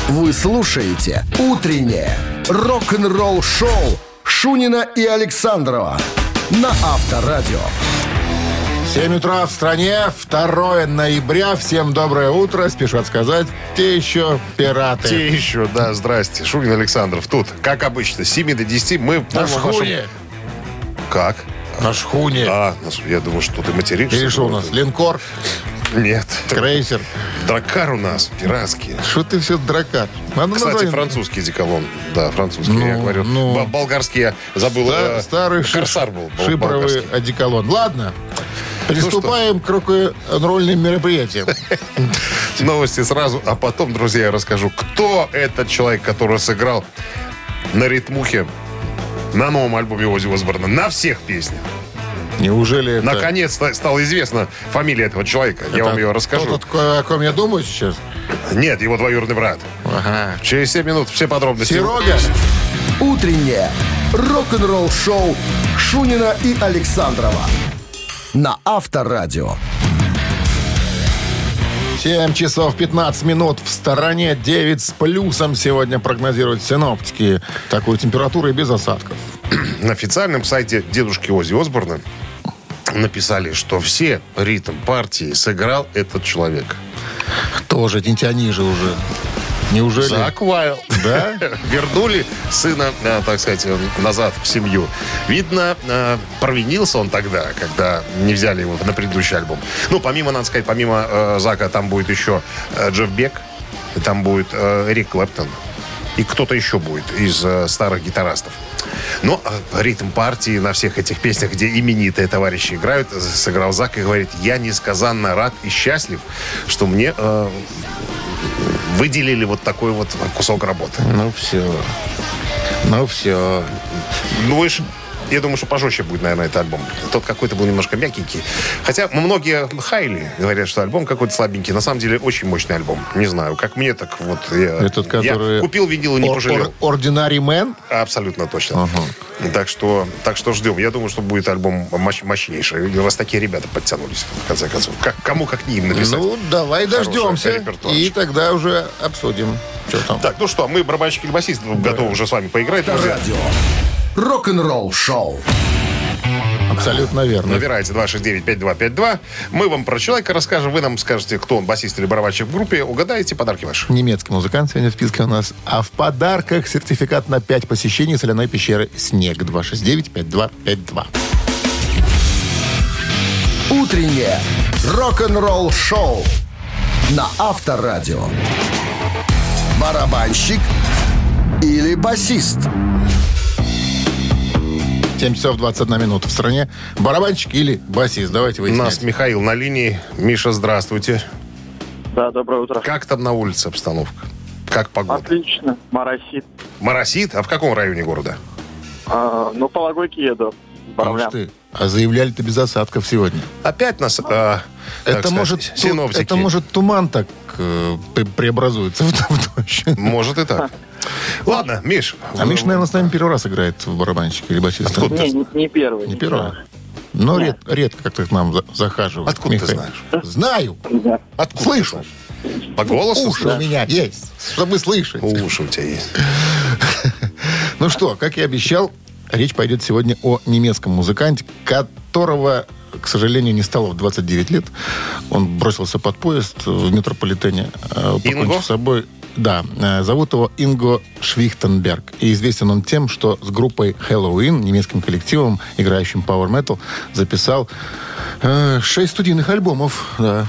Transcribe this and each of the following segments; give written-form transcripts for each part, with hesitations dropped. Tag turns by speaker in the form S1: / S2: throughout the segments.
S1: Вы слушаете «Утреннее рок-н-ролл-шоу» Шунина и Александрова на Авторадио.
S2: 7 утра в стране, 2 ноября. Всем доброе утро. Спешат сказать, те еще пираты.
S3: Те еще, да, здрасте. Шунин Александров тут, как обычно, с 7 до 10 мы...
S2: На шхуне.
S3: Как?
S2: На шхуне.
S3: Я думаю, что ты материшься.
S2: Или что у нас, линкор?
S3: Нет.
S2: Крейсер.
S3: Драккар у нас, пиратский.
S2: Что ты все драккар?
S3: Кстати, французский деколон. Да, французский, я говорю. Болгарский я забыл.
S2: Старый
S3: Корсар был.
S2: шипровый одеколон. Ладно. Приступаем к рок-н-ролльным мероприятиям.
S3: Новости сразу, а потом, друзья, я расскажу, кто этот человек, который сыграл на ритмухе на новом альбоме Оззи Осборна, на всех песнях.
S2: Неужели это...
S3: Наконец-то стала известна фамилия этого человека. Я вам ее расскажу.
S2: Тот, о ком я думаю сейчас?
S3: Нет, его двоюродный брат.
S2: Ага.
S3: Через 7 минут все подробности.
S2: Серега.
S1: «Утреннее рок-н-ролл-шоу» Шунина и Александрова на Авторадио.
S2: 7 часов 15 минут в стороне. 9 с плюсом сегодня прогнозируют синоптики. Такую температуру и без осадков.
S3: На официальном сайте дедушки Оззи Осборна написали, что все ритм-партии сыграл этот человек.
S2: Тоже не тяни же уже. Неужели?
S3: Зак Уайлд.
S2: Да?
S3: Вернули сына, так сказать, назад в семью. Видно, провинился он тогда, когда не взяли его на предыдущий альбом. Ну, помимо, надо сказать, помимо Зака, там будет еще Джефф Бек, там будет Эрик Клэптон. И кто-то еще будет из старых гитаристов. Но ритм партии на всех этих песнях, где именитые товарищи играют, сыграл Зак и говорит: я несказанно рад и счастлив, что мне выделили вот такой вот кусок работы.
S2: Ну все.
S3: Ну, я думаю, что пожестче будет, наверное, этот альбом. Тот какой-то был немножко мягенький. Хотя многие хайли говорят, что альбом какой-то слабенький. На самом деле, очень мощный альбом. Не знаю, как мне, так вот. Я купил винил и не пожалел.
S2: Ordinary Man?
S3: Абсолютно точно. Так что ждем. Я думаю, что будет альбом мощнейший. У вас такие ребята подтянулись, в конце концов. Кому как не им написать.
S2: Ну, давай дождемся. И тогда уже обсудим, что там.
S3: Так, ну что, мы, барабанщик или басист, готовы уже с вами поиграть.
S1: Радио. Рок-н-ролл-шоу.
S2: Абсолютно верно.
S3: Набирайте 269-5252. Мы вам про человека расскажем. Вы нам скажете, кто он, басист или барабанщик в группе. Угадаете, подарки ваши.
S2: Немецкий музыкант сегодня в списке у нас. А в подарках сертификат на 5 посещений соляной пещеры «Снег». 269-5252.
S1: Утреннее рок-н-ролл-шоу на Авторадио. Барабанщик или басист?
S2: 7 часов 21 минута в стране. Барабанщик или басист? Давайте
S3: У
S2: выяснять.
S3: нас Михаил на линии. Миша, здравствуйте.
S4: Да, доброе утро.
S3: Как там на улице обстановка? Как погода?
S4: Отлично, моросит.
S3: Моросит? А в каком районе города?
S4: По Логойке еду.
S2: Ух ты. А заявляли-то без осадков сегодня.
S3: Опять нас,
S2: Это может туман так преобразуется в дождь.
S3: Может и так. Ладно, Миш.
S2: А Миш, наверное, с нами первый раз играет в барабанщик или басист.
S3: Откуда ты?
S4: Не первый.
S2: Не первый. Но редко как-то к нам захаживает.
S3: Откуда ты знаешь?
S2: Знаю.
S4: Да.
S3: Откуда?
S2: Слышу.
S3: По голосу?
S2: Уши у меня есть, чтобы слышать.
S3: Уши у тебя есть.
S2: Ну что, как и обещал, речь пойдет сегодня о немецком музыканте, которого, к сожалению, не стало в 29 лет. Он бросился под поезд в метрополитене, покончив с собой. Да, зовут его Инго Швихтенберг. И известен он тем, что с группой Helloween, немецким коллективом, играющим Power Metal, записал 6 студийных альбомов. Да.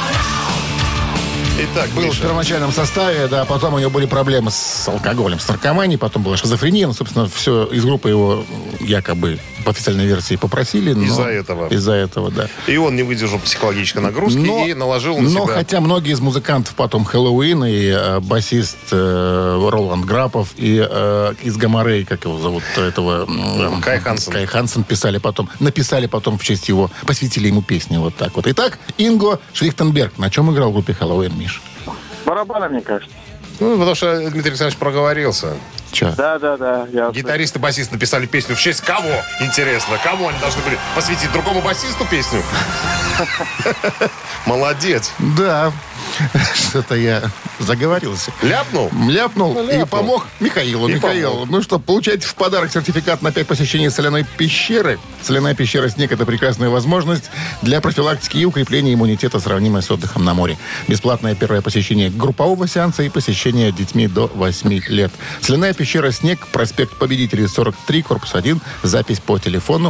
S3: Итак,
S2: Был в первоначальном составе, да, потом у него были проблемы с алкоголем, с наркоманией, потом была шизофрения. Ну, собственно, все из группы его якобы по официальной версии попросили. Но Из-за этого, да.
S3: И он не выдержал психологической нагрузки и наложил на себя...
S2: Но хотя многие из музыкантов потом Хэллоуин и басист Роланд Грапов и из Гамарей, как его зовут, этого...
S3: Кай Хансен.
S2: Кай Хансен написали потом в честь его, посвятили ему песни вот так вот. Итак, Инго Швихтенберг. На чем играл в группе Хэллоуин, Миш?
S4: Барабаны, мне кажется.
S3: Ну, потому что Дмитрий Александрович проговорился.
S2: Че?
S4: Да.
S3: Гитарист и басист написали песню в честь кого? Интересно, кому они должны были посвятить? Другому басисту песню? Молодец.
S2: Да. Что-то я заговорился.
S3: Ляпнул?
S2: Ляпнул и
S3: Ляпнул.
S2: помог Михаилу.
S3: И
S2: Михаил,
S3: помог.
S2: ну что, получайте в подарок сертификат на 5 посещений соляной пещеры. Соляная пещера «Снег» — это прекрасная возможность для профилактики и укрепления иммунитета, сравнимая с отдыхом на море. Бесплатное первое посещение группового сеанса и посещение детьми до 8 лет. Соляная пещера «Снег», проспект Победителей, 43, корпус 1. Запись по телефону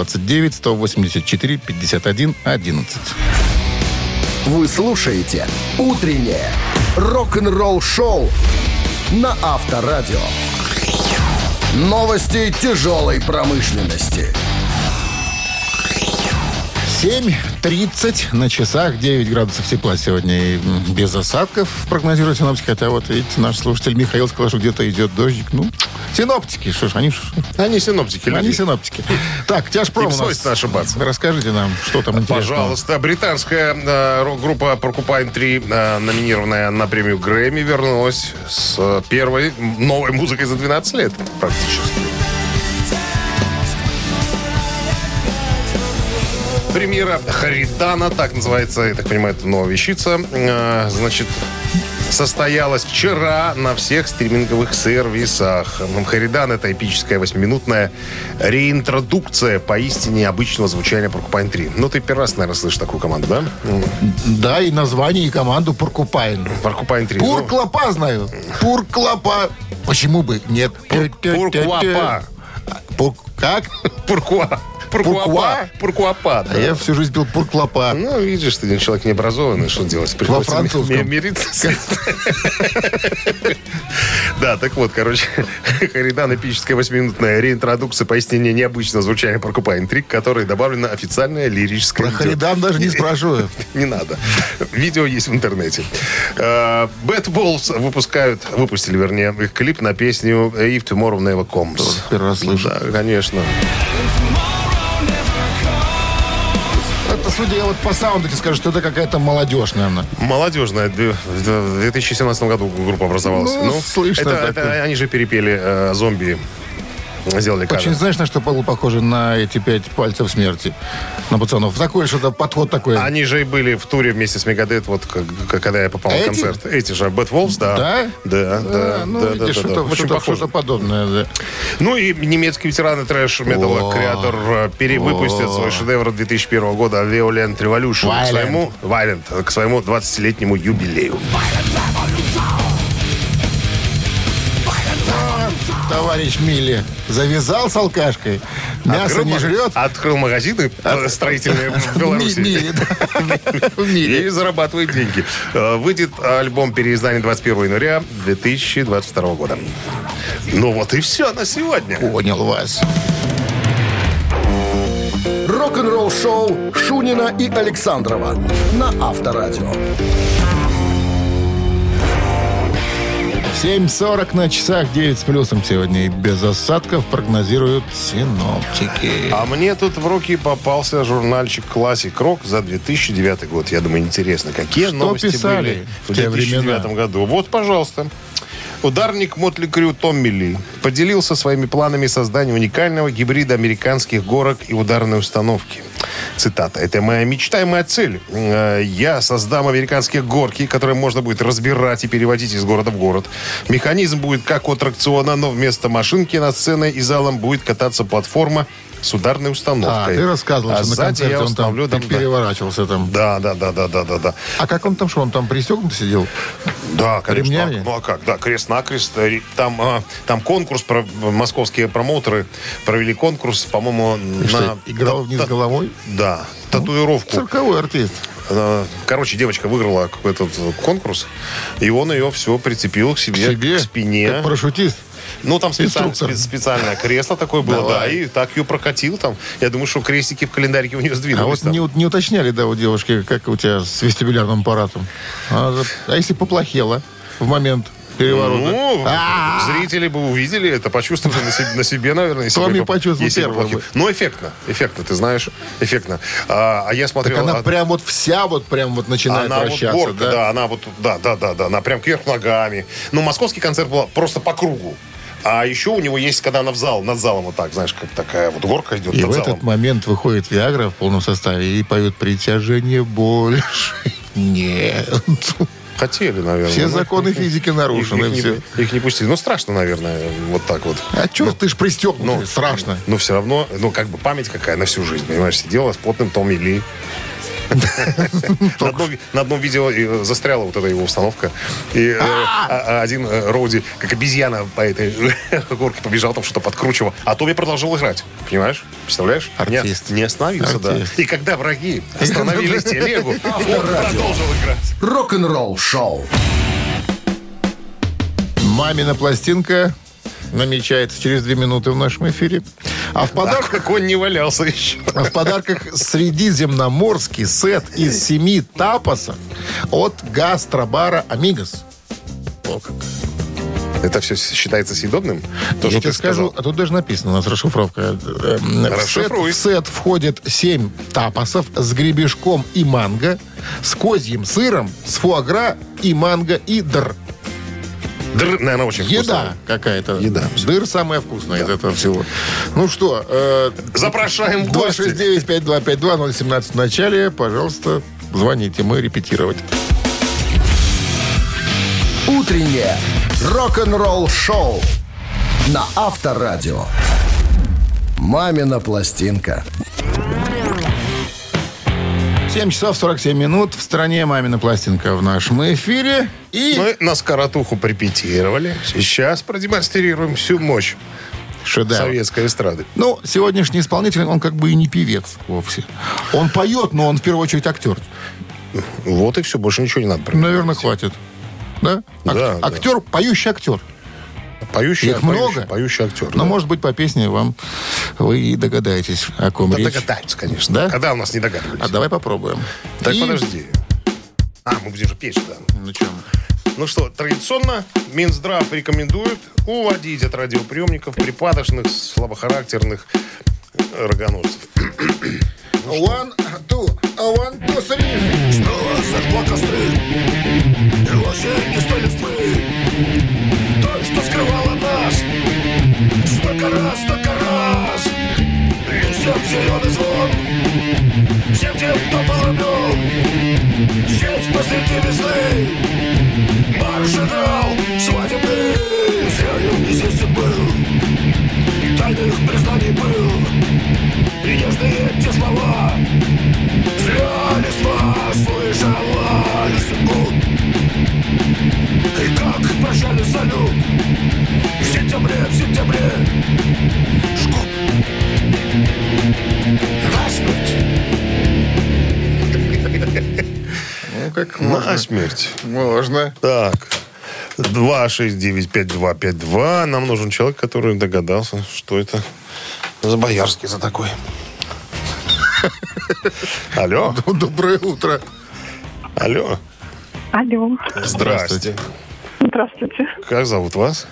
S2: 029-184-51-11.
S1: Вы слушаете «Утреннее рок-н-ролл-шоу» на Авторадио. Новости тяжелой промышленности.
S2: 7:30 на часах, 9 градусов тепла сегодня и без осадков прогнозируют синоптики. Хотя вот, видите, наш слушатель Михаил сказал, что где-то идет дождик. Ну, синоптики, что ж, они
S3: синоптики, люди.
S2: Они синоптики. Так, тяжпром
S3: Им
S2: у нас.
S3: свойственно ошибаться.
S2: Расскажите нам, что там интересного.
S3: Пожалуйста. Британская рок-группа Porcupine Tree, номинированная на премию Грэмми, вернулась с первой новой музыкой за 12 лет практически. Премьера Харидана, так называется, я так понимаю, это новая вещица, значит, состоялась вчера на всех стриминговых сервисах. Харидан — это эпическая 8-минутная реинтродукция поистине обычного звучания Porcupine Tree. Ну, ты первый раз, наверное, слышишь такую команду, да?
S2: Да, и название, и команду Поркупайн.
S3: Porcupine Tree.
S2: Пурклопа знаю. Пурклопа. Почему бы нет?
S3: Пуркуапа.
S2: Как?
S3: Пуркуапа.
S2: А я всю жизнь пил пурклопа.
S3: Ну, видишь, ты человек необразованный, что делать? Приходится
S2: французском.
S3: мириться с этим. Да, так вот, короче, Харидан — эпическая 8-минутная реинтродукция поистине необычного звучания Porcupine Tree, к которой добавлена официальная лирическая...
S2: Про Харидан даже не спрашиваю.
S3: Не надо. Видео есть в интернете. Bad Wolves выпустили их клип на песню If Tomorrow Never Comes.
S2: Первый раз слышу.
S3: Да, конечно.
S2: Это, судя вот по саунду, тебе скажу, что это какая-то молодежь, наверное.
S3: Молодежная. В 2017 году группа образовалась.
S2: Ну, слышно такое.
S3: Они же перепели «Зомби». Сделали кавер.
S2: Очень, знаешь, на что было похоже? На эти 5 пальцев смерти. На пацанов. Такой что-то, подход такой.
S3: Они же и были в туре вместе с Мегадет, вот когда я попал на концерт. Эти же, Bad Wolves, да.
S2: Да?
S3: Да.
S2: Ну, видишь,
S3: Очень похоже.
S2: что-то подобное, да.
S3: Ну и немецкие ветераны трэш-металла Creator перевыпустят свой шедевр 2001 года Violent Revolution к своему 20-летнему юбилею.
S2: Товарищ Милли завязал с алкашкой, мясо не жрет.
S3: Открыл магазины строительные в Беларуси.
S2: Милли, да. В Милли.
S3: И зарабатывает деньги. Выйдет альбом переиздания 21 января 2022 года. Ну вот и все на сегодня.
S2: Понял вас.
S1: Рок-н-ролл-шоу Шунина и Александрова на Авторадио.
S2: 7:40 на часах, 9 с плюсом сегодня. И без осадков прогнозируют синоптики.
S3: А мне тут в руки попался журнальчик «Классик Рок» за 2009 год. Я думаю, интересно, какие
S2: Что
S3: новости
S2: писали
S3: были в
S2: те
S3: 2009
S2: времена?
S3: году. Вот, пожалуйста. Ударник Мотли Крю Томми Ли поделился своими планами создания уникального гибрида американских горок и ударной установки. Цитата. «Это моя мечта и моя цель. Я создам американские горки, которые можно будет разбирать и переводить из города в город. Механизм будет как у аттракциона, но вместо машинки над сценой и залом будет кататься платформа с ударной установкой.
S2: Ты рассказывал, что на
S3: сзади
S2: концерте
S3: я
S2: он там
S3: установлю
S2: переворачивался там.
S3: Да.
S2: А как он там, что он там пристегнут сидел?
S3: Да, конечно.
S2: Ремнями?
S3: Ну а как? Да, крест-накрест. Там конкурс, московские промоутеры провели конкурс, по-моему,
S2: Что, играл вниз головой?
S3: Да, татуировку.
S2: Цирковой артист.
S3: Короче, девочка выиграла какой-то конкурс, и он ее все прицепил к себе, к спине.
S2: Как парашютист.
S3: Ну, там
S2: Инструктор.
S3: специальное кресло такое было, да, и так ее прокатил там. Я думаю, что крестики в календарике у нее сдвинулись.
S2: А вот не уточняли, да, у девушки, как у тебя с вестибулярным аппаратом. А если поплохело в момент переворота?
S3: Ну, зрители бы увидели это, почувствовали на себе, наверное. Если
S2: Томми
S3: бы
S2: почувствовал
S3: если бы
S2: первым.
S3: плохим. Ну, эффектно, ты знаешь, эффектно. А я смотрел...
S2: Так она прям вот вся вот прям вот начинает
S3: она
S2: вращаться,
S3: вот горка,
S2: да?
S3: она вот, да, она прям кверх ногами. Ну, московский концерт был просто по кругу. А еще у него есть, когда она над залом вот так, знаешь, как такая вот горка идет
S2: И
S3: над
S2: в
S3: залом.
S2: этот момент выходит Виагра в полном составе и поет «Притяжение больше Нет.
S3: Хотели, наверное.
S2: Все
S3: но
S2: законы физики нарушены.
S3: Их не пустили. Ну, страшно, наверное, вот так вот.
S2: А что ты ж пристегнутый? Страшно.
S3: Но все равно, как бы память какая на всю жизнь, понимаешь, сидела с потным Томми Ли. На одном видео застряла вот эта его установка. И один Роуди, как обезьяна по этой горке побежал, там что-то подкручивал. А Томми продолжал играть. Понимаешь? Представляешь?
S2: Артист.
S3: Не остановился, да. И когда враги остановили телегу, он продолжил играть.
S1: Рок-н-ролл шоу.
S2: «Мамина пластинка» намечается через 2 минуты в нашем эфире. А в подарках...
S3: Как он не валялся еще.
S2: А в подарках средиземноморский сет из 7 тапосов от гастробара «Амигос». О, как.
S3: Это все считается съедобным?
S2: Я тебе скажу, а тут даже написано, у нас расшифровка. В сет входит 7 тапосов с гребешком и манго, с козьим сыром, с фуагра и манго и др.
S3: Др, наверное, очень вкусно.
S2: Еда какая-то.
S3: Еда.
S2: Дыр самая вкусная из этого всего. Ну что,
S3: запрашиваем в гости.
S2: 269-5252-017 в начале. Пожалуйста, звоните, мы репетировать.
S1: Утреннее рок-н-ролл шоу на Авторадио. «Мамина пластинка».
S2: 7 часов 47 минут. В стране «Мамина пластинка» в нашем эфире. И
S3: мы на скоротуху порепетировали. Сейчас продемонстрируем всю мощь
S2: шедевр
S3: советской эстрады.
S2: Ну, сегодняшний исполнитель, он как бы и не певец вовсе. Он поет, но он в первую очередь актер.
S3: Вот и все, больше ничего не надо.
S2: Наверное, хватит. Да? Актер, да. Поющий актер. Их много.
S3: Поющий актер.
S2: Но, может быть, по песне вы и догадаетесь, о ком речь.
S3: Догадаются, конечно.
S2: Да?
S3: Когда у нас не догадывались.
S2: А давай попробуем.
S3: Так, подожди. Мы будем же петь, да. Ну что, традиционно Минздрав рекомендует уводить от радиоприемников припадочных, слабохарактерных рогоносцев.
S2: One, two, three.
S5: Снова зажгла костры, и лучи не стали тьмы. Той, что скрывала нас, столько раз несем зеленый звон всем тем, кто поломлен. Здесь посреди весны марш-играл свадебный. Зря неизвестен был, тайных признаний был, и нежные те слова. Зря листва слышала судьбу. И как прощали салют в сентябре жгут насмерть.
S2: Ну, как можно.
S3: Насмерть.
S2: Можно.
S3: Так. 269-5252. Нам нужен человек, который догадался, что это за Боярский за такой. Алло.
S2: Доброе утро.
S3: Алло.
S6: Алло.
S3: Здравствуйте.
S6: Здравствуйте.
S3: Как зовут вас?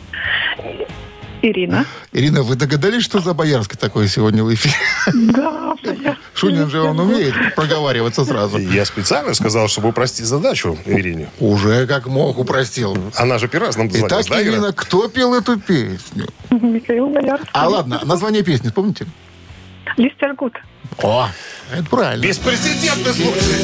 S6: Ирина.
S2: Ирина, вы догадались, что за Боярский такой сегодня в эфире?
S6: Да.
S2: Шунин же, он умеет проговариваться сразу.
S3: Я специально сказал, чтобы упростить задачу Ирине.
S2: Уже как мог упростил.
S3: Она же первый раз нам дозвонилась.
S2: Итак, Ирина, кто пел эту песню?
S6: Михаил Боярский.
S2: А ладно, название песни вспомните?
S6: Листья жгут.
S2: О, это правильно.
S3: Беспрецедентный случай.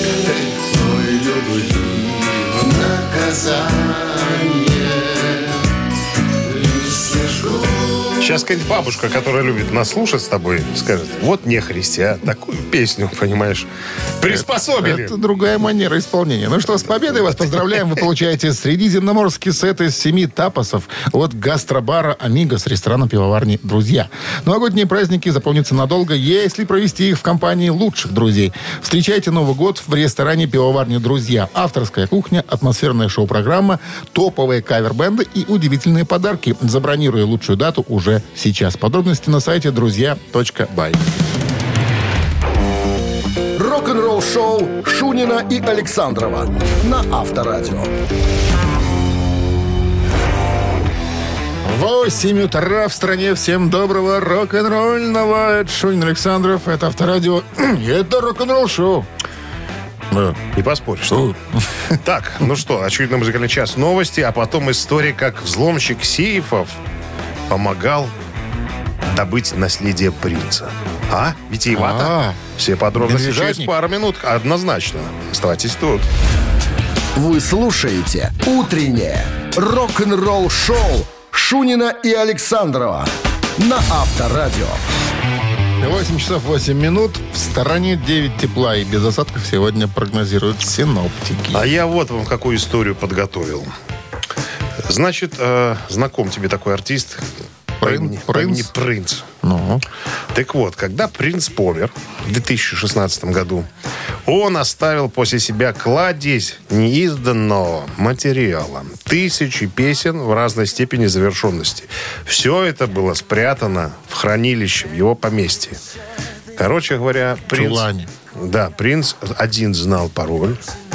S3: Сейчас какая-нибудь бабушка, которая любит нас слушать с тобой, скажет: вот не христиан, такую песню, понимаешь, приспособили.
S2: Это другая манера исполнения. Ну что, с победой вас поздравляем. Вы получаете средиземноморский сет из 7 тапосов от гастробара «Амигос», ресторана-пивоварни «Друзья». Новогодние праздники запомнятся надолго, если провести их в компании лучших друзей. Встречайте Новый год в ресторане пивоварни «Друзья». Авторская кухня, атмосферная шоу-программа, топовые кавер-бенды и удивительные подарки. Забронируй лучшую дату уже сейчас. Подробности на сайте друзья.бай.
S1: Рок-н-ролл шоу Шунина и Александрова на Авторадио.
S2: 8 утра в стране. Всем доброго рок-н-ролльного. Это Шунин Александров. Это Авторадио. Это рок-н-ролл шоу.
S3: Не поспоришь. Что? Так, ну что, очередной музыкальный час, новости, а потом история, как взломщик сейфов помогал добыть наследие принца? А? Витиевато?
S2: А.
S3: Все подробности через
S2: Медвежатник?
S3: пару минут. Однозначно. Оставайтесь тут.
S1: Вы слушаете «Утреннее рок-н-ролл-шоу» Шунина и Александрова на Авторадио.
S2: 8 часов 8 минут. В стороне 9 тепла и без осадков сегодня прогнозируют синоптики.
S3: А я вот вам какую историю подготовил. Значит, знаком тебе такой артист по имени Принц.
S2: Ну,
S3: Так вот, когда Принц помер в 2016 году, он оставил после себя кладезь неизданного материала. Тысячи песен в разной степени завершенности. Все это было спрятано в хранилище, в его поместье. Короче говоря, принц...
S2: чулане.
S3: Да, принц один знал пароль.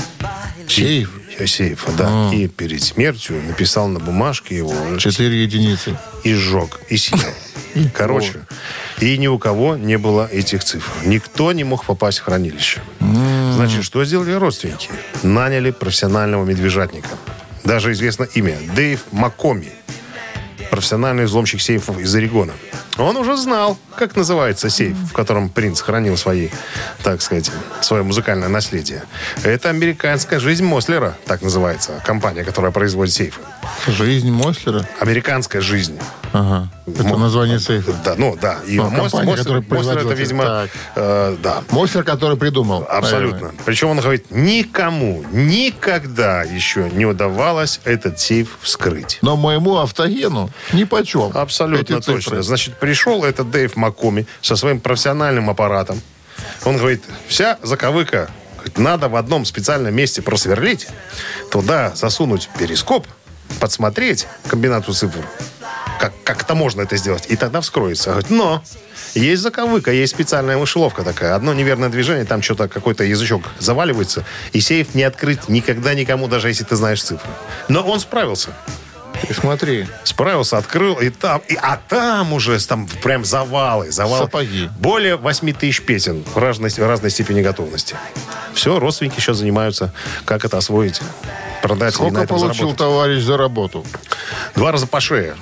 S2: Сейф.
S3: Сейфа, да. И перед смертью написал на бумажке его
S2: 4 единицы.
S3: и сжег, и съел. Короче, и ни у кого не было этих цифр. Никто не мог попасть в хранилище. Значит, что сделали родственники? Наняли профессионального медвежатника. Даже известно имя. Дэйв Маккоми. Профессиональный взломщик сейфов из Орегона. Он уже знал, как называется сейф, в котором принц хранил свои, так сказать, свое музыкальное наследие. Это американская жизнь Мослера, так называется, компания, которая производит сейфы.
S2: Жизнь Мослера.
S3: Американская жизнь.
S2: Ага. Это название сейфа.
S3: Да, ну да. И
S2: компания, которая
S3: Мослер
S2: производила
S3: это, видимо,
S2: так.
S3: да.
S2: Мослер, который придумал.
S3: Абсолютно.
S2: Наверное.
S3: Причем он говорит, никому никогда еще не удавалось этот сейф вскрыть.
S2: Но моему автогену нипочем.
S3: Абсолютно
S2: эти цифры.
S3: точно. Значит, пришел этот Дэйв Маккоми со своим профессиональным аппаратом. Он говорит, вся заковыка, надо в одном специальном месте просверлить, туда засунуть перископ, подсмотреть комбинацию цифр. Как-то можно это сделать. И тогда вскроется. Говорит, но есть заковыка, есть специальная мышеловка такая. Одно неверное движение, там что-то, какой-то язычок заваливается, и сейф не открыть никогда никому, даже если ты знаешь цифры. Но он справился.
S2: Ты смотри.
S3: Справился, открыл, и там уже там прям завалы.
S2: Сапоги.
S3: Более 8 тысяч песен в разной степени готовности. Все, родственники сейчас занимаются, как это освоить, продать и на
S2: Сколько
S3: этом
S2: получил
S3: заработать.
S2: товарищ за работу?
S3: 2 раза по шее.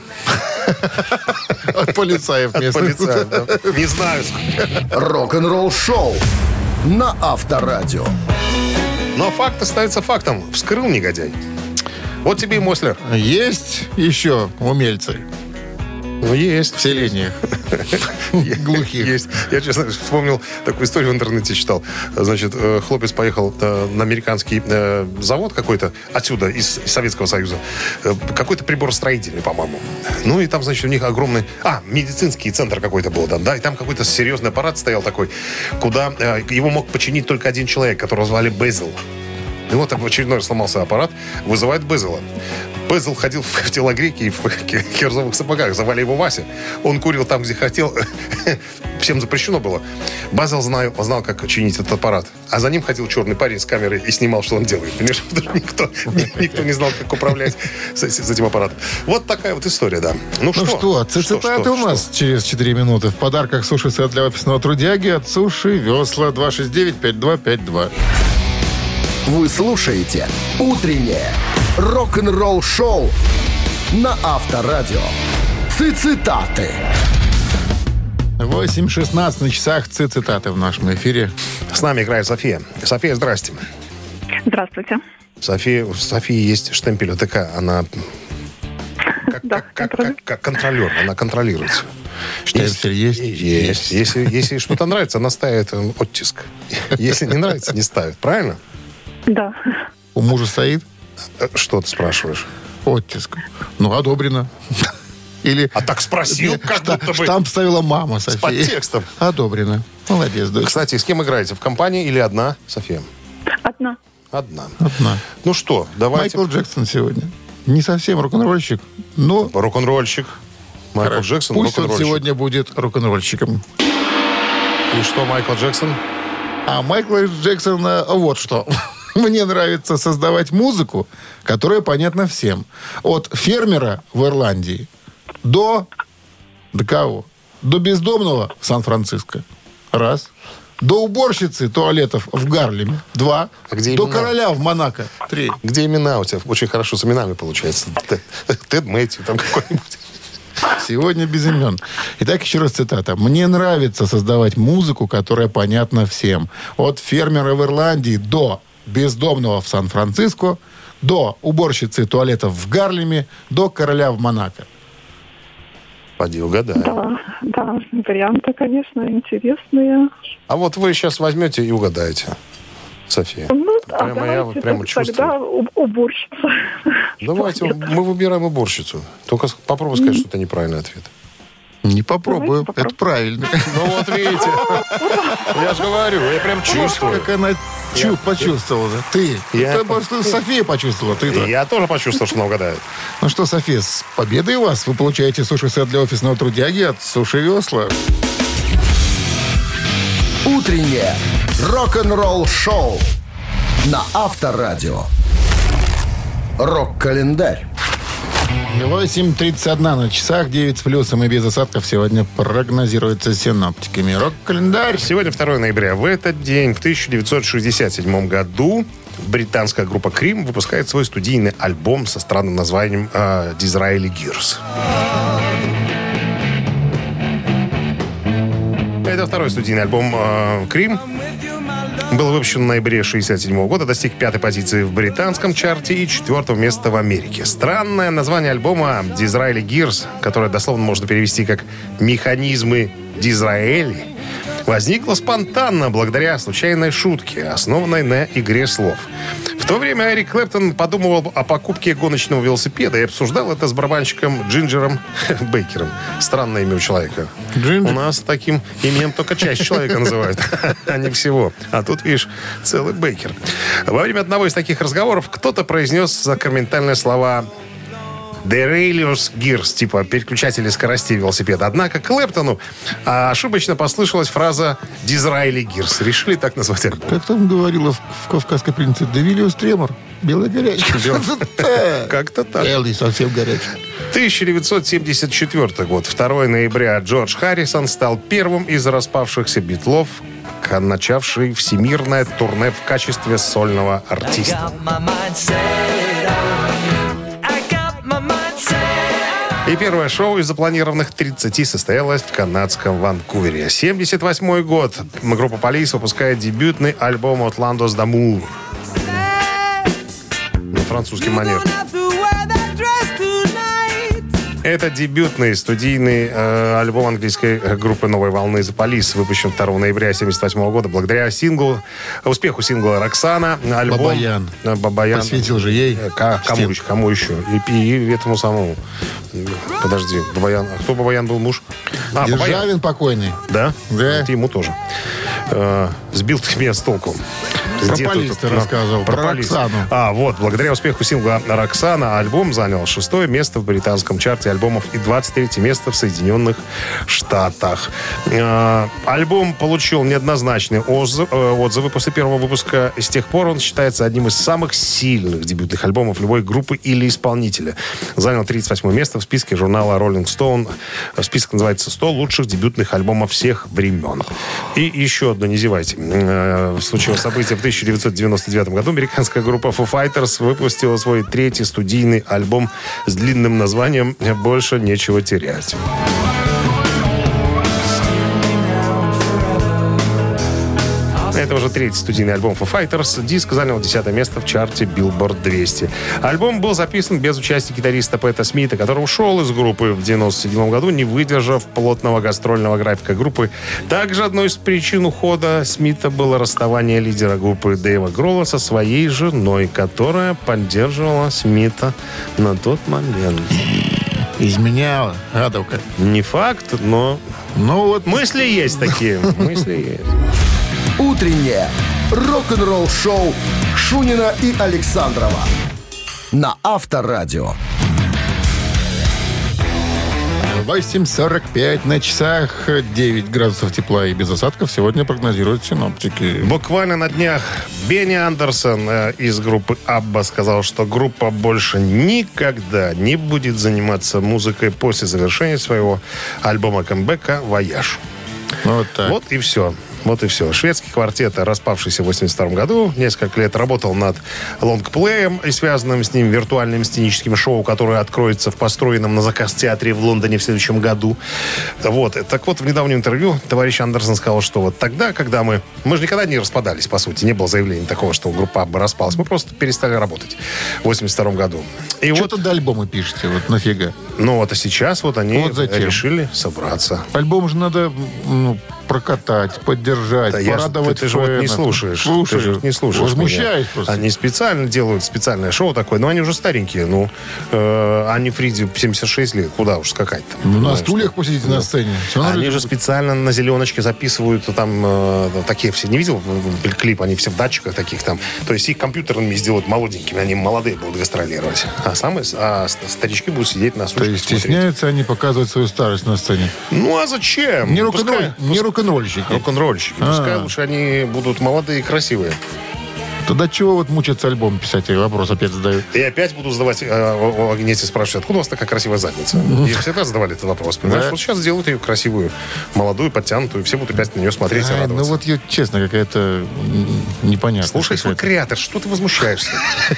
S2: От полицаев
S3: От
S2: местных.
S3: полицая, да. Не знаю.
S1: Рок-н-ролл-шоу на Авторадио.
S3: Но факт остается фактом. Вскрыл негодяй. Вот тебе и Мослер.
S2: Есть еще умельцы
S3: Ну, есть.
S2: в селениях глухих.
S3: Есть. Я, честно, вспомнил такую историю в интернете читал. Значит, хлопец поехал на американский завод какой-то, отсюда, из Советского Союза. Какой-то приборостроительный, по-моему. Ну, и там, значит, у них огромный... медицинский центр какой-то был там, да? И там какой-то серьезный аппарат стоял такой, куда его мог починить только один человек, которого звали Безил. И вот в очередной раз сломался аппарат, вызывает Безела. Безел ходил в телогрейке и в кирзовых сапогах. Звали его Вася. Он курил там, где хотел. Всем запрещено было. Безел знал, как чинить этот аппарат. А за ним ходил черный парень с камерой и снимал, что он делает. Понимаешь, никто не знал, как управлять с этим аппаратом. Вот такая вот история, да. Ну что,
S2: цитаты у нас через 4 минуты. В подарках суши-сет для офисного трудяги от Суши Весла 269-5252.
S1: Вы слушаете «Утреннее рок-н-ролл-шоу» на Авторадио. Цитаты.
S2: 8:16 на часах. Цитаты в нашем эфире.
S3: С нами играет София. София, здрасте.
S6: Здравствуйте.
S3: У Софии есть штемпель ОТК. Она как контролер. Она контролируется.
S2: Штемпель есть?
S3: Есть. Если что-то нравится, она ставит оттиск. Если не нравится, не ставит. Правильно?
S6: Да.
S2: У мужа стоит
S3: Что ты спрашиваешь?
S2: оттиск. Ну, одобрено. Или
S3: А так спросил, как будто бы
S2: штамп ставила мама София.
S3: с подтекстом.
S2: Одобрено. Молодец, дочь.
S3: Кстати, с кем играете? В компании или одна, София?
S6: Одна.
S3: Одна.
S2: Одна.
S3: Ну что, давайте.
S2: Майкл Джексон сегодня. Не совсем рок-н-ролльщик, но
S3: Рок-н-ролльщик. Майкл Джексон,
S2: пусть он
S3: рок-н-ролльщик.
S2: сегодня будет рок-н-ролльщиком.
S3: И что, Майкл Джексон?
S2: А Майкла Джексона вот что. Мне нравится создавать музыку, которая понятна всем. От фермера в Ирландии до кого? До бездомного в Сан-Франциско. Раз. До уборщицы туалетов в Гарлеме. Два.
S3: А где
S2: до
S3: имена?
S2: короля в Монако. Три.
S3: Где имена у тебя? Очень хорошо с именами получается. Тед Мэтью там какой-нибудь.
S2: Сегодня без имен. Итак, еще раз цитата. «Мне нравится создавать музыку, которая понятна всем. От фермера в Ирландии до бездомного в Сан-Франциско, до уборщицы туалетов в Гарлеме, до короля в Монако».
S3: Поди угадай.
S6: Да, варианты, конечно, интересные.
S3: А вот вы сейчас возьмете и угадаете, София. Прямо я вот прямо чувствую.
S6: Тогда уборщица.
S3: Давайте, мы выбираем уборщицу. Только попробуй сказать, что это неправильный ответ.
S2: Не попробую, это правильно.
S3: Ну вот видите, я же говорю, я прям чувствую.
S2: Как она почувствовала. Ты. Просто София почувствовала. Ты-то.
S3: Я тоже почувствовал, что она угадает.
S2: Ну что, София, с победой вас. Вы получаете суши-сет для офисного трудяги от Суши Весла.
S1: Утреннее рок-н-ролл-шоу на Авторадио. Рок-календарь.
S2: 8:31 на часах, 9 с плюсом и без осадков сегодня прогнозируется синоптиками. Рок-календарь.
S3: Сегодня 2 ноября. В этот день, в 1967 году, британская группа Cream выпускает свой студийный альбом со странным названием «Disraeli Gears». Это второй студийный альбом Cream. Был выпущен в ноябре 1967 года, достиг 5-й позиции в британском чарте и 4-го места в Америке. Странное название альбома «Disraeli Gears», которое дословно можно перевести как «Механизмы Дизраэли», возникло спонтанно благодаря случайной шутке, основанной на игре слов. В то время Эрик Клэптон подумывал о покупке гоночного велосипеда и обсуждал это с барабанщиком Джинджером Бейкером. Странное имя у человека.
S2: Джинджер?
S3: У нас таким именем только часть человека называют, а не всего. А тут, видишь, целый Бейкер. Во время одного из таких разговоров кто-то произнес сакраментальные слова «Derailleur Gears», типа переключатели скоростей велосипеда. Однако Клэптону ошибочно послышалась фраза «Disraeli Gears». Решили так назвать альбом.
S2: Как там говорила в «Кавказской пленнице», «Девилиус Тремор». Белая горячка.
S3: Как-то так.
S2: Белый совсем горячий.
S3: 1974 год. 2 ноября. Джордж Харрисон стал первым из распавшихся битлов, начавший всемирное турне в качестве сольного артиста. И первое шоу из запланированных 30 состоялось в канадском Ванкувере. 1978 год. Группа Police выпускает дебютный альбом «Outlandos d'Amour». На французский манер. Это дебютный студийный альбом английской группы «Новой волны» The Police, выпущен 2 ноября 1978 года. Благодаря успеху сингла «Роксана» альбом... Бабаян.
S2: Посвятил же ей.
S3: Кому еще? И этому самому. Подожди, Бабаян. А кто Бабаян был муж?
S2: Державин покойный.
S3: Да?
S2: Да.
S3: Это ему тоже. Сбил ты меня с толку.
S2: Про Police ты рассказывал, про Роксану.
S3: Вот, благодаря успеху сингла «Роксана» альбом занял 6-е место в британском чарте альбомов и 23-е место в Соединенных Штатах. Альбом получил неоднозначные отзывы после первого выпуска. С тех пор он считается одним из самых сильных дебютных альбомов любой группы или исполнителя. Занял 38-е место в списке журнала Rolling Stone. Список называется «100 лучших дебютных альбомов всех времен». И еще одно, не зевайте. Случилось событие в 1999 году. Американская группа Foo Fighters выпустила свой 3-й студийный альбом с длинным названием «Больше нечего терять». Это уже 3-й студийный альбом Foo Fighters. Диск занял 10-е место в чарте Billboard 200. Альбом был записан без участия гитариста Пэта Смита, который ушел из группы в 1997 году, не выдержав плотного гастрольного графика группы. Также одной из причин ухода Смита было расставание лидера группы Дэйва Гролла со своей женой, которая поддерживала Смита на тот момент.
S2: Изменяла, гадовка.
S3: Не факт, но
S2: вот
S3: мысли есть такие. Мысли есть.
S1: Утреннее рок-н-ролл-шоу Шунина и Александрова на Авторадио.
S2: 8:45 на часах, 9 градусов тепла и без осадков сегодня прогнозируют синоптики.
S3: Буквально на днях Бенни Андерсон из группы Абба сказал, что группа больше никогда не будет заниматься музыкой после завершения своего альбома камбэка «Вояж».
S2: Вот так.
S3: Вот и все. Вот и все. Шведский квартет, распавшийся в 82 году, несколько лет работал над лонгплеем и связанным с ним виртуальным сценическим шоу, которое откроется в построенном на заказ театре в Лондоне в следующем году. Вот. Так вот, в недавнем интервью товарищ Андерсон сказал, что вот тогда, когда мы же никогда не распадались, по сути, не было заявления такого, что группа бы распалась. Мы просто перестали работать в 82 году. И
S2: Что-то до альбома пишете, вот нафига?
S3: Ну вот, а сейчас вот они
S2: Вот зачем?
S3: решили собраться.
S2: Альбом же надо прокатать, поддержать, порадовать
S3: ты же вот не
S2: фэнов.
S3: слушаешь.
S2: Слушаю.
S3: Ты же не слушаешь
S2: Возмущаюсь
S3: меня.
S2: просто.
S3: Они специально делают специальное шоу такое, но они уже старенькие. Ну, Анне Фриде 76 лет, куда уж скакать-то.
S2: На
S3: понимаешь,
S2: стульях
S3: что?
S2: посидите на сцене. Всё равно
S3: Они
S2: люди
S3: же
S2: будут-
S3: специально на зеленочке записывают там такие все. Не видел клип? Они все в датчиках таких там. То есть их компьютерными сделают молоденькими. Они молодые будут гастролировать. А старички будут сидеть на
S2: То
S3: стульях.
S2: есть стесняются они показывать свою старость на сцене.
S3: Ну, а зачем?
S2: Не рок-н-ролльщики.
S3: Рок-н-ролльщики. Пускай лучше они будут молодые и красивые.
S2: Тогда чего вот мучаться альбом писать? Я вопрос опять задаю.
S3: И опять буду задавать о Агнете, спрашивать, откуда у вас такая красивая задница? И всегда задавали этот вопрос. Понимаешь,
S2: Да.
S3: вот сейчас сделают ее красивую, молодую, подтянутую, все будут опять на нее смотреть и
S2: Ай, ну
S3: радоваться.
S2: вот, честно, какая-то непонятная.
S3: Слушай, свой
S2: какая-то.
S3: креатор, что ты возмущаешься?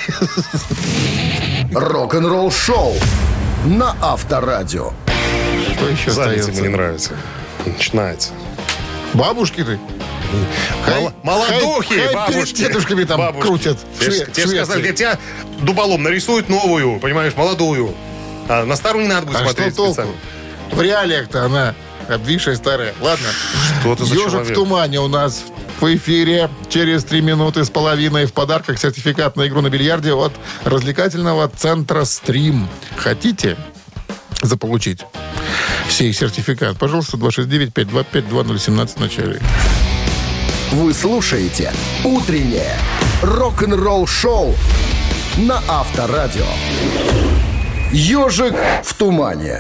S1: Рок-н-ролл шоу на Авторадио.
S2: Что еще
S3: Задница
S2: остается?
S3: ему не нравится. Начинается.
S2: Бабушки ты?
S3: Молодухи,
S2: хай
S3: бабушки.
S2: перед дедушками там
S3: Бабушки.
S2: крутят.
S3: Тебе сказали, говорят, тебя дуболом нарисуют новую, понимаешь, молодую. А на старую не надо будет
S2: А что
S3: смотреть
S2: толку?
S3: специально.
S2: В реалиях-то она обвисшая старая. Ладно.
S3: Что ты за
S2: «Ежик
S3: человек?
S2: в тумане» у нас в эфире. Через 3 минуты с половиной в подарках сертификат на игру на бильярде от развлекательного центра «Стрим». Хотите заполучить сей сертификат? Пожалуйста, 269-525-2017 в начале.
S1: Вы слушаете «Утреннее рок-н-ролл-шоу» на Авторадио. «Ежик в тумане».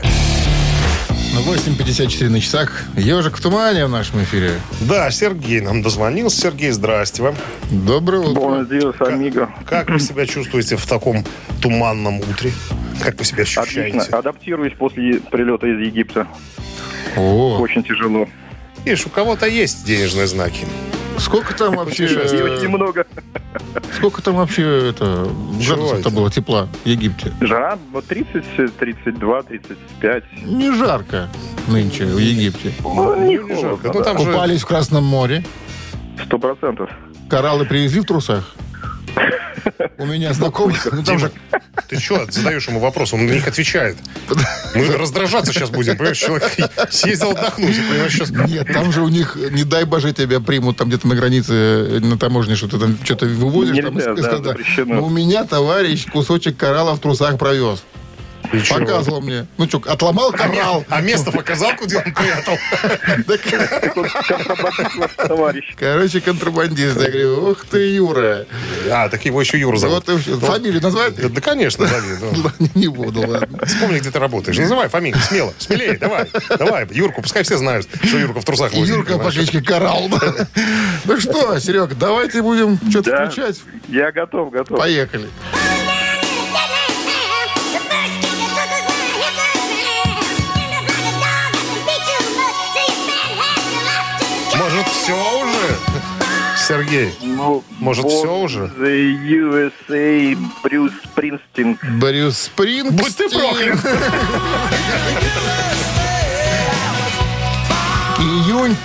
S2: 8:54 на часах. «Ежик в тумане» в нашем эфире.
S3: Да, Сергей нам дозвонился. Сергей, здрасте вам.
S2: Доброе утро.
S4: Buenos días, amigo.
S3: Как вы себя чувствуете в таком туманном утре? Как вы себя ощущаете?
S4: Отлично. Адаптируюсь после прилета из Египта.
S2: О,
S4: Очень тяжело.
S3: Видишь, у кого-то есть денежные знаки.
S2: сколько там вообще...
S4: И очень много.
S2: Сколько там вообще градусов-то
S3: это?
S2: было тепла в Египте?
S4: Жара вот 30, 32, 35.
S2: Не жарко нынче в Египте.
S4: Не
S3: Не жарко.
S4: холодно,
S3: Ну,
S4: да.
S3: там же...
S2: Купались в Красном море.
S4: 100%.
S2: Кораллы привезли в трусах. У меня знакомый... Ну, там же
S3: Ты что задаешь ему вопрос? Он на них отвечает. Мы раздражаться сейчас будем. Понимаешь, человек съездил отдохнуть. Понимаешь, сейчас...
S2: Нет, там же у них, не дай боже, тебя примут там где-то на границе, на таможне, что ты там что-то вывозишь.
S4: Нельзя,
S2: там, и
S4: да,
S2: сказать,
S4: запрещено.
S2: Но у меня товарищ кусочек коралла в трусах провез.
S3: Ты чё?
S2: Показывал мне. Ну что, отломал коралл.
S3: А место показал, куда он прятал?
S4: Товарищ.
S2: Короче, контрабандист. Я говорю, ух ты, Юра.
S3: А, так его еще Юра зовут.
S2: Вот и всё. Фамилию назвать?
S3: Да, конечно, зови. Ну.
S2: Ладно, не буду, ладно.
S3: Вспомни, где ты работаешь. Называй фамилию, смело. Смелее, давай. Давай, Юрку, пускай все знают, что Юрка в трусах возит.
S2: Юрка по
S3: понимаешь?
S2: кличке Коралл. Ну что, Серега, давайте будем что-то
S4: Да.
S2: включать.
S4: Я готов.
S2: Поехали.
S3: Может, все уже? Сергей, может, всё уже?
S4: The USA, Брюс Спрингстин.
S2: Брюс Спрингстин.
S3: Будь ты проклят.
S2: Июнь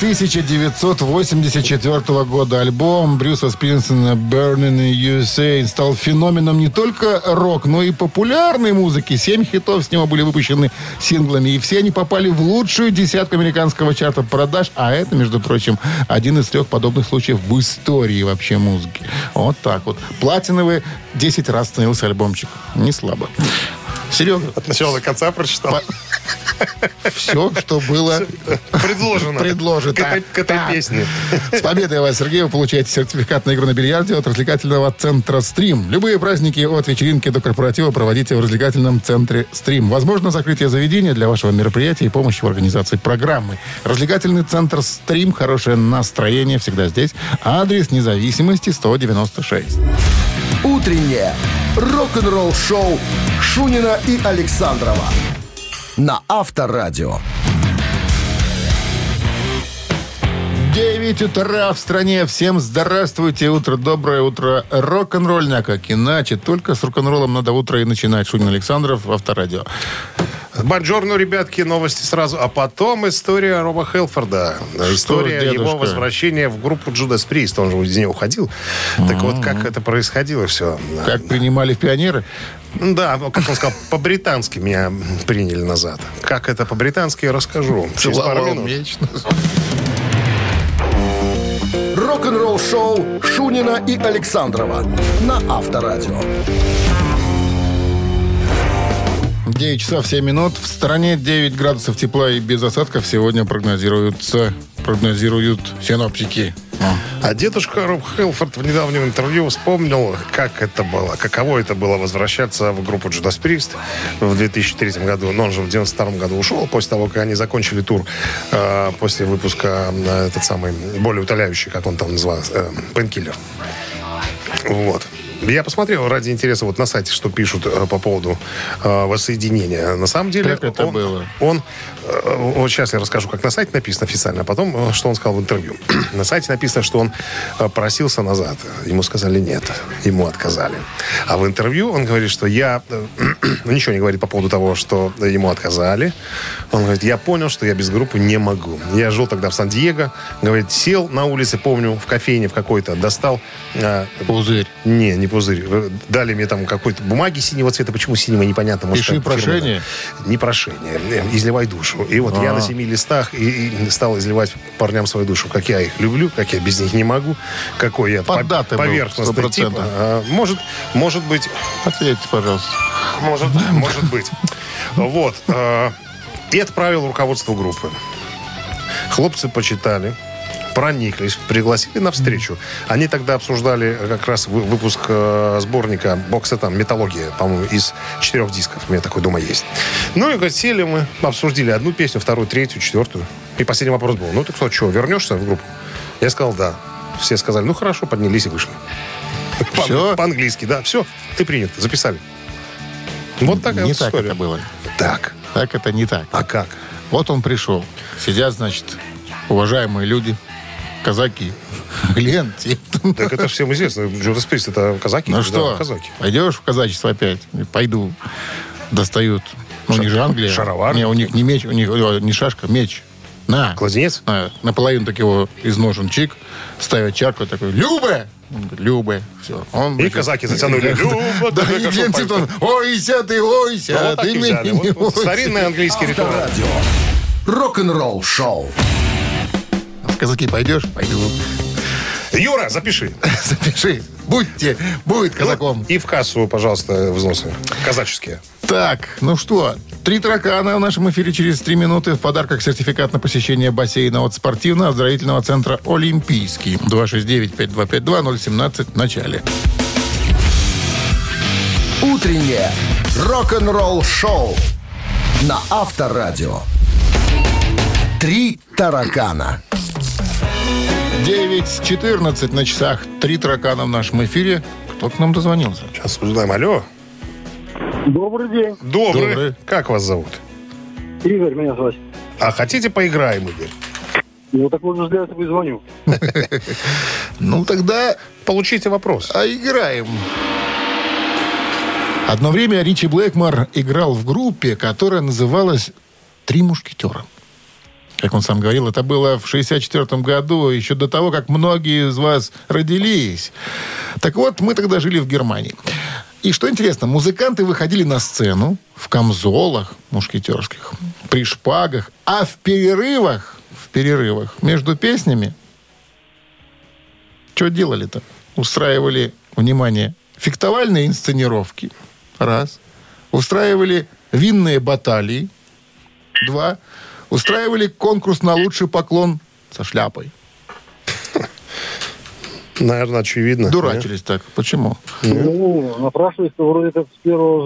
S2: 1984 года. Альбом Брюса Спрингстина «Burning in USA» стал феноменом не только рок, но и популярной музыки. 7 хитов с него были выпущены синглами, и все они попали в лучшую десятку американского чарта продаж. А это, между прочим, один из 3 подобных случаев в истории вообще музыки. Вот так вот. Платиновый 10 раз становился альбомчик. Не слабо. Серега,
S3: От начала до конца прочитал.
S2: все, что было
S3: Предложено.
S2: предложено.
S3: К этой
S2: Так.
S3: песне.
S2: С победой вас, Сергей, вы получаете сертификат на игру на бильярде от развлекательного центра «Стрим». Любые праздники от вечеринки до корпоратива проводите в развлекательном центре «Стрим». Возможно, закрытие заведения для вашего мероприятия и помощи в организации программы. Развлекательный центр «Стрим». Хорошее настроение всегда здесь. Адрес Независимости 196.
S1: Утреннее рок-н-ролл-шоу Шунина и Александрова на Авторадио.
S2: 9 утра в стране. Всем здравствуйте. Утро доброе, утро рок-н-ролльное, как иначе. Только с рок-н-роллом надо утро и начинать. Шунин Александров, Авторадио.
S3: Бонжорно, ребятки, новости сразу. А потом история Роба Хелфорда. История
S2: дедушка?
S3: его возвращения в группу Judas Priest. Он же из нее уходил. Так вот, как это происходило все.
S2: Как принимали в пионеры?
S3: Да, как он сказал, по-британски меня приняли назад. Как это по-британски, я расскажу. Через пару
S2: Целовал
S3: минут.
S2: меч.
S1: Рок-н-ролл-шоу Шунина и Александрова на Авторадио.
S2: 9 часов 7 минут. В стране 9 градусов тепла и без осадков сегодня прогнозируют синоптики.
S3: А дедушка Роб Хелфорд в недавнем интервью вспомнил, как это было, каково это было возвращаться в группу Judas Priest в 2003 году. Но он же в 92 году ушел, после того, как они закончили тур, после выпуска этот самый, более утоляющий, как он там назывался, Painkiller. Вот. Я посмотрел ради интереса вот на сайте, что пишут по поводу воссоединения. На самом деле...
S2: Как это было?
S3: Вот сейчас я расскажу, как на сайте написано официально, а потом, что он сказал в интервью. На сайте написано, что он просился назад. Ему сказали нет. Ему отказали. А в интервью он говорит, что я... ничего не говорит по поводу того, что ему отказали. Он говорит, я понял, что я без группы не могу. Я жил тогда в Сан-Диего. Говорит, сел на улице, помню, в кофейне в какой-то, достал...
S2: Пузырь.
S3: Не пузырь. Дали мне там какой-то бумаги синего цвета. Почему синего, непонятно. Может,
S2: Пиши прошение.
S3: Не прошение. Изливай душу. И вот я на 7 листах и стал изливать парням свою душу. Как я их люблю, как я без них не могу. Какой я поверхностный тип. Может быть...
S2: Ответьте, пожалуйста.
S3: Может быть. Вот. И отправил руководству группы. Хлопцы почитали, прониклись, пригласили на встречу. Они тогда обсуждали как раз выпуск сборника бокса там «Металлогия», по-моему, из 4 дисков. У меня такой дома есть. Ну и, говорит, сели мы, обсудили одну песню, вторую, третью, четвертую. И последний вопрос был. Ну, ты что, вернешься в группу? Я сказал, да. Все сказали, ну, хорошо, поднялись и вышли.
S2: Все?
S3: По-английски, да. Все, ты принят, записали. Вот такая
S2: не
S3: вот
S2: так
S3: история.
S2: это было.
S3: Так.
S2: Так это не так.
S3: А как?
S2: Вот он пришел. Сидят, значит, уважаемые люди, казаки, гляньте.
S3: Так это всем известно. Judas Priest это казаки.
S2: Ну
S3: да,
S2: что,
S3: казаки.
S2: пойдешь в казачество опять? Пойду. Достают. Ну, не же Англия.
S3: Шаровар.
S2: Не, у них не меч, у них не шашка, меч. На.
S3: Кладенец?
S2: Наполовину так его из ножен чик, ставят чарку такой, Любе! Он говорит, Любе. Все. Он,
S3: И казаки затянули. Люба,
S2: да, и глянцит он, ойся ты, ойся.
S3: Вот так и взяли. Вот старинный английский ритуал.
S1: Авторадио. Рок-н-ролл-шоу.
S2: В казаки пойдешь? Пойду.
S3: Юра, запиши.
S2: Запиши. Будет казаком.
S3: И в кассу, пожалуйста, взносы. Казаческие.
S2: Так, ну что, 3 таракана в нашем эфире через 3 минуты. В подарках сертификат на посещение бассейна от спортивно-оздоровительного центра «Олимпийский». 269-5252-017 в начале.
S1: Утреннее рок-н-ролл-шоу на Авторадио. 3 таракана.
S2: 9:14 на часах. 3 таракана в нашем эфире. Кто к нам дозвонился?
S3: Сейчас узнаем. Алло.
S7: Добрый день.
S3: Добрый. Как вас зовут?
S7: Игорь меня зовут.
S3: А хотите поиграем, Игорь?
S7: Ну, так вот же для этого и звоню.
S2: Ну, тогда
S3: Получите вопрос.
S2: играем. Одно время Ричи Блэкмор играл в группе, которая называлась «Три мушкетера». Как он сам говорил, это было в 1964 году, еще до того, как многие из вас родились. Так вот, мы тогда жили в Германии. И что интересно, музыканты выходили на сцену в камзолах мушкетерских, при шпагах, а в перерывах между песнями что делали-то? Устраивали, внимание, фехтовальные инсценировки. Раз. Устраивали винные баталии. Два. Устраивали конкурс на лучший поклон со шляпой.
S3: Наверное, очевидно.
S2: Дурачились так. Почему?
S7: Ну, напрашивается вроде как с первого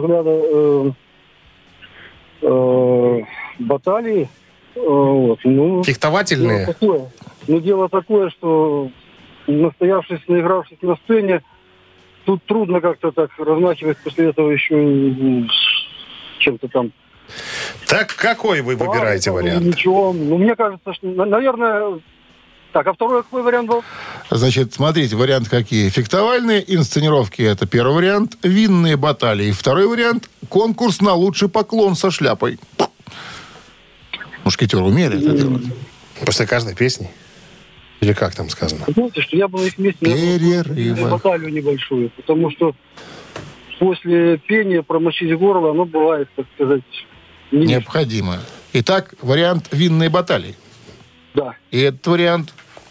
S7: взгляда баталии. Вот, ну,
S3: Фехтовательные.
S7: дело такое, что настоявшись, наигравшись на сцене, тут трудно как-то так размахивать после этого еще чем-то там.
S3: Так какой вы выбираете вариант?
S7: Ничего. Ну, мне кажется, что, наверное, Так, а второй какой вариант был?
S2: Значит, смотрите, варианты какие. Фехтовальные инсценировки – это первый вариант. Винные баталии. Второй вариант – конкурс на лучший поклон со шляпой. Мушкетеры умели это делать.
S3: После каждой песни? Или как там сказано?
S7: Знаете, что я бы на их месте
S2: Перерыва.
S7: баталию небольшую, потому что после пения промочить горло, оно бывает, так сказать,
S2: Необходимо. Итак, вариант винные баталии.
S7: Да.
S2: И этот вариант...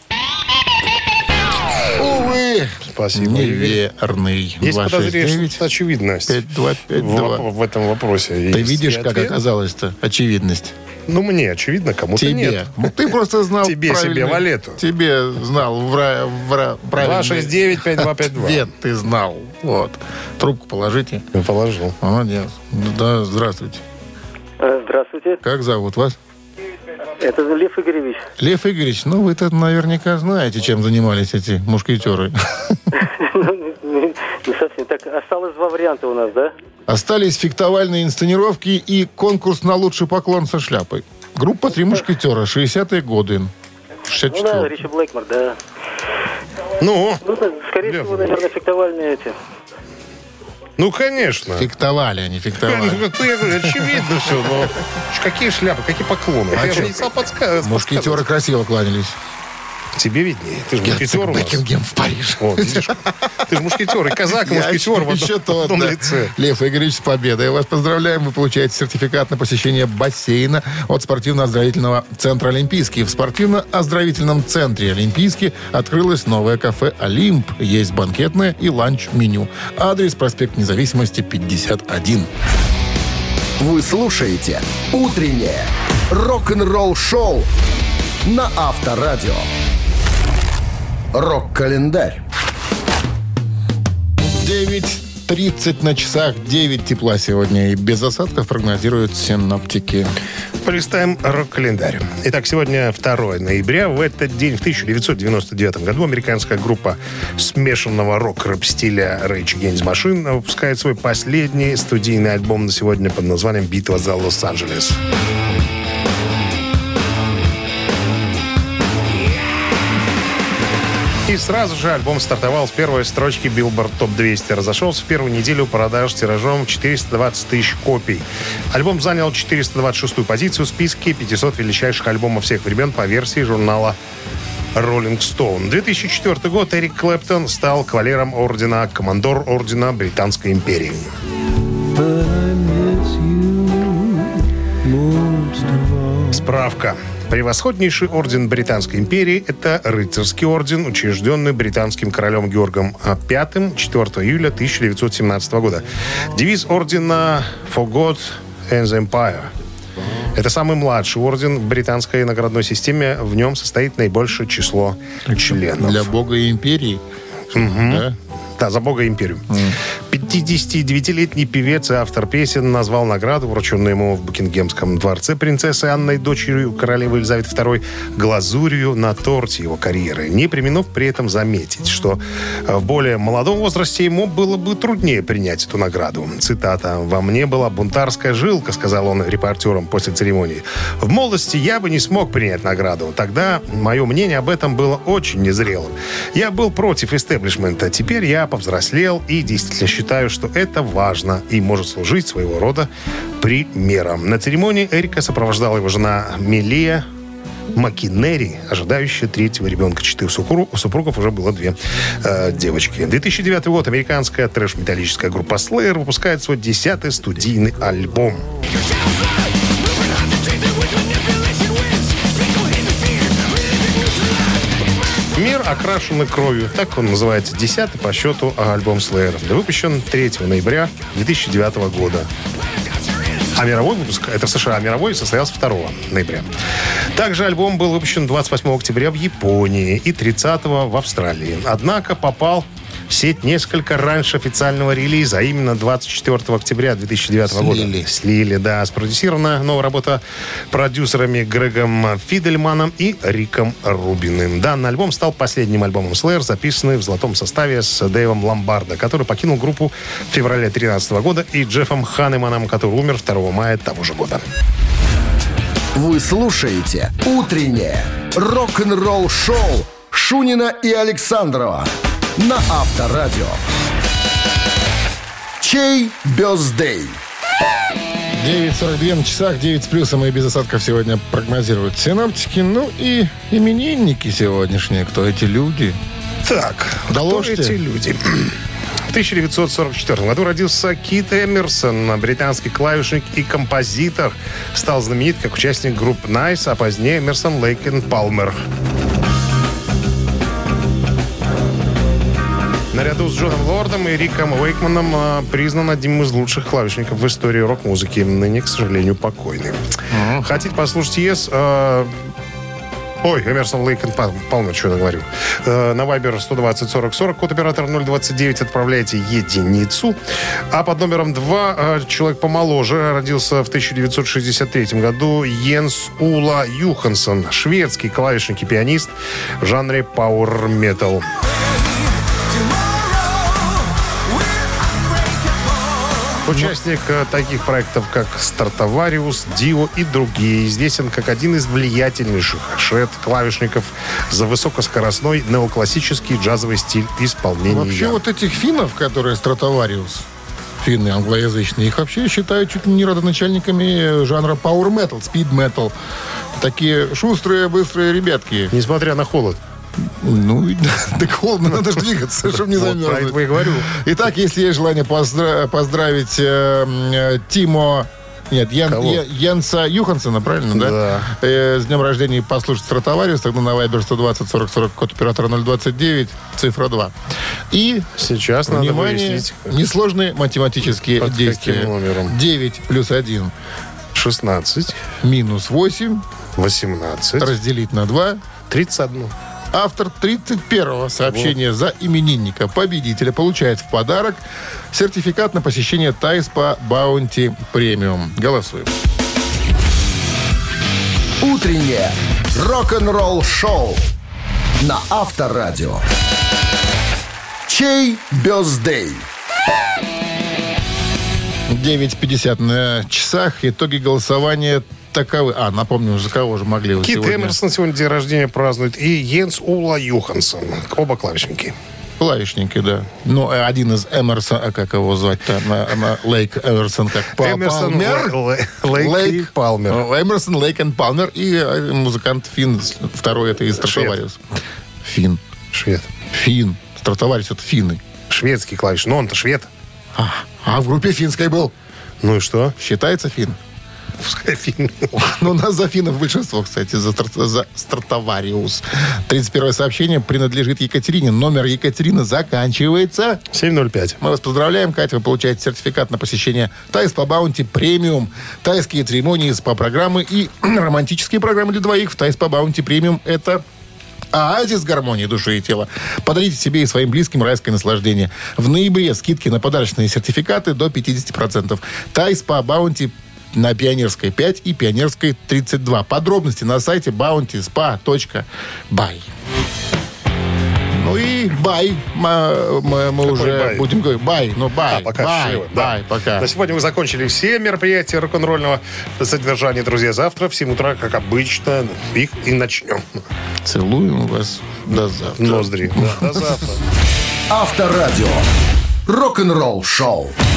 S2: Увы,
S3: Спасибо.
S2: неверный.
S3: Есть подозрение,
S2: 269
S3: что очевидность
S2: 5252.
S3: в этом вопросе.
S2: Ты
S3: Есть
S2: видишь,
S3: и
S2: как
S3: ответ.
S2: оказалось-то очевидность?
S3: Ну, мне очевидно, кому-то
S2: Тебе.
S3: нет.
S2: Ну, ты просто знал
S3: Тебе,
S2: правильный-
S3: себе, Валету.
S2: Тебе знал правильный
S3: 269-5252.
S2: ответ, ты знал. Вот. Трубку положите.
S3: Я положил.
S2: Молодец. Да, здравствуйте.
S8: Здравствуйте,
S2: Как зовут вас?
S8: это Лев Игоревич.
S2: Лев Игоревич, ну вы-то наверняка знаете, чем занимались эти мушкетеры.
S8: Не совсем. Так, осталось два варианта у нас, да?
S2: Остались фехтовальные инсценировки и конкурс на лучший поклон со шляпой. Группа «Три мушкетера», 60-е годы.
S8: Ну да,
S2: 64-й.
S8: Ричи Блэкмор, да.
S3: Ну,
S8: Ну, да, скорее
S3: Лев
S8: всего, наверное, фехтовальные эти.
S3: ну, конечно.
S2: Фехтовали они, фехтовали.
S3: Ну, я говорю, очевидно все. Но какие шляпы, какие поклоны?
S2: А
S3: Я
S2: чё?
S3: же не стал подсказывать.
S2: Мушкетеры красиво кланялись.
S3: Тебе виднее. Ты же мушкетер у нас.
S2: Бекингем в Париж.
S3: Вот, видишь? Ты же мушкетер, и казак, и мушкетер в
S2: еще тот,
S3: одном
S2: да.
S3: лице.
S2: Лев Игоревич, с победой. Вас поздравляем. Вы получаете сертификат на посещение бассейна от спортивно-оздоровительного центра «Олимпийский». В спортивно-оздоровительном центре «Олимпийский» открылось новое кафе «Олимп». Есть банкетное и ланч-меню. Адрес: проспект Независимости, 51.
S1: Вы слушаете «Утреннее рок-н-ролл-шоу» на Авторадио. Рок-календарь.
S2: 9:30 на часах, 9 тепла сегодня. И без осадков прогнозируют синоптики.
S3: Полистаем рок-календарь. Итак, сегодня 2 ноября. В этот день, в 1999 году, американская группа смешанного рок-рэп-стиля Rage Against the Machine выпускает свой последний студийный альбом на сегодня под названием «Битва за Лос-Анджелес». И сразу же альбом стартовал с первой строчки Billboard Top 200. Разошелся в первую неделю продаж тиражом 420 тысяч копий. Альбом занял 426-ю позицию в списке 500 величайших альбомов всех времен по версии журнала Rolling Stone. 2004 год. Эрик Клэптон стал кавалером ордена, командор ордена Британской империи. Справка. Превосходнейший орден Британской империи – это рыцарский орден, учрежденный британским королем Георгом V 4 июля 1917 года. Девиз ордена «For God and the Empire». Это самый младший орден в британской наградной системе. В нем состоит наибольшее число членов.
S2: Для бога и империи. Да?
S3: Да, за бога и империю. 59-летний певец и автор песен назвал награду, врученную ему в Букингемском дворце принцессой Анной, дочерью королевы Елизаветы II, глазурью на торте его карьеры, не преминув при этом заметить, что в более молодом возрасте ему было бы труднее принять эту награду. Цитата. «Во мне была бунтарская жилка», — сказал он репортерам после церемонии. «В молодости я бы не смог принять награду. Тогда мое мнение об этом было очень незрелым. Я был против истеблишмента. Теперь я повзрослел и действительно считаю, что это важно и может служить своего рода примером». На церемонии Эрика сопровождала его жена Мелия Макинери, ожидающая третьего ребенка. У супругов уже было две девочки. 2009 год. Американская трэш-металлическая группа Slayer выпускает свой 10-й студийный альбом. «Мир, окрашенный кровью». Так он называется. 10-й по счету альбом Slayer. Выпущен 3 ноября 2009 года. А мировой выпуск, это в США, мировой состоялся 2 ноября. Также альбом был выпущен 28 октября в Японии и 30 в Австралии. Однако попал в сеть несколько раньше официального релиза, а именно 24 октября 2009 года. Слили, да. Спродюсирована новая работа продюсерами Грегом Фидельманом и Риком Рубиным. Данный альбом стал последним альбомом Slayer, записанный в золотом составе с Дэйвом Ломбардо, который покинул группу в феврале 2013 года, и Джеффом Ханеманом, который умер 2 мая того же года.
S1: Вы слушаете «Утреннее рок-н-ролл-шоу» Шунина и Александрова на Авторадио. Чей бёздей?
S2: 9:42 на часах, 9 с плюсом и без осадков сегодня прогнозируют синоптики. Ну и именинники сегодняшние. Кто эти люди?
S3: Так,
S2: Доложьте.
S3: кто эти люди? В 1944 году родился Кит Эмерсон, британский клавишник и композитор. Стал знаменит как участник групп Nice, а позднее Эмерсон, Лейк и Палмер. Наряду с Джоном Лордом и Риком Уэйкманом признан одним из лучших клавишников в истории рок-музыки. Ныне, к сожалению, покойный. Хотите послушать Yes? Эмерсон, Лейк и Палмер, что я говорю. На Viber 120-40-40, код оператора 029, отправляйте единицу. А под номером 2 человек помоложе, родился в 1963 году, Йенс Ула Юхансон, шведский клавишник и пианист в жанре пауэр-метал. Участник таких проектов, как «Стратовариус», «Дио» и другие. Известен как один из влиятельнейших швед-клавишников за высокоскоростной неоклассический джазовый стиль исполнения.
S2: Вообще вот этих финнов, которые «Стратовариус», финны англоязычные, их вообще считают чуть ли не родоначальниками жанра power metal, speed metal. Такие шустрые, быстрые ребятки.
S3: Несмотря на холод.
S2: Ну, так холодно, надо же двигаться, чтобы не замерзнуть.
S3: Про это я и говорю.
S2: Итак, если есть желание поздравить Тимо... Нет, Йенса Юхансона, правильно, да? С днем рождения и послушать «Стратовариус», тогда на Viber 120-40-40, код оператора 029, цифра 2. И,
S3: сейчас надо выяснить,
S2: несложные математические
S3: под
S2: действия.
S3: каким номером?
S2: 9 плюс 1.
S3: 16.
S2: Минус 8.
S3: 18.
S2: Разделить на 2.
S3: 31.
S2: Автор 31-го сообщения за именинника победителя получает в подарок сертификат на посещение Тайспа Баунти Премиум. Голосуем.
S1: Утреннее рок-н-ролл-шоу на Авторадио. Чей бёздей?
S2: 9:50 на часах. Итоги голосования таковы. Напомню, за кого же могли вы
S3: Кит
S2: сегодня?
S3: Эмерсон сегодня день рождения празднует. И Йенс Ула Юхансон. Оба клавишники.
S2: Клавишники, да. Ну, один из Эмерсон, как его звать-то? Лейк Эмерсон, как
S3: Эмерсон,
S2: Палмер.
S3: Лейк и Палмер.
S2: Эмерсон, Лейк и Палмер. И музыкант Финн. Второй это из Стратовариус. Финн.
S3: Швед.
S2: Финн. Стратовариус это финны.
S3: Шведский клавиш. Но он-то швед.
S2: А в группе финской был.
S3: Ну и что?
S2: Считается финн.
S3: Пускай финн.
S2: Ну, у нас за финнов большинство, кстати, за Стратовариус. 31-е сообщение принадлежит Екатерине. Номер Екатерины заканчивается
S3: 705.
S2: Мы вас поздравляем, Катя. Вы получаете сертификат на посещение Тайспа Баунти Премиум. Тайские церемонии, СПА-программы и романтические программы для двоих в Тайспа Баунти Премиум. Это оазис гармонии души и тела. Подарите себе и своим близким райское наслаждение. В ноябре скидки на подарочные сертификаты до 50%. Тайспа Баунти на Пионерской 5 и Пионерской 32. Подробности на сайте bountyspa.by. Ну и бай. Мы уже
S3: бай?
S2: будем говорить. Бай, ну бай.
S3: Пока
S2: Бай,
S3: счастливо.
S2: бай, пока.
S3: На сегодня мы закончили все мероприятия рок-н-ролльного содержания, друзья. Завтра в 7 утра, как обычно, их и начнем.
S2: Целуем вас. До завтра.
S3: Ноздри. Да, до завтра.
S1: Авторадио. Рок-н-ролл шоу.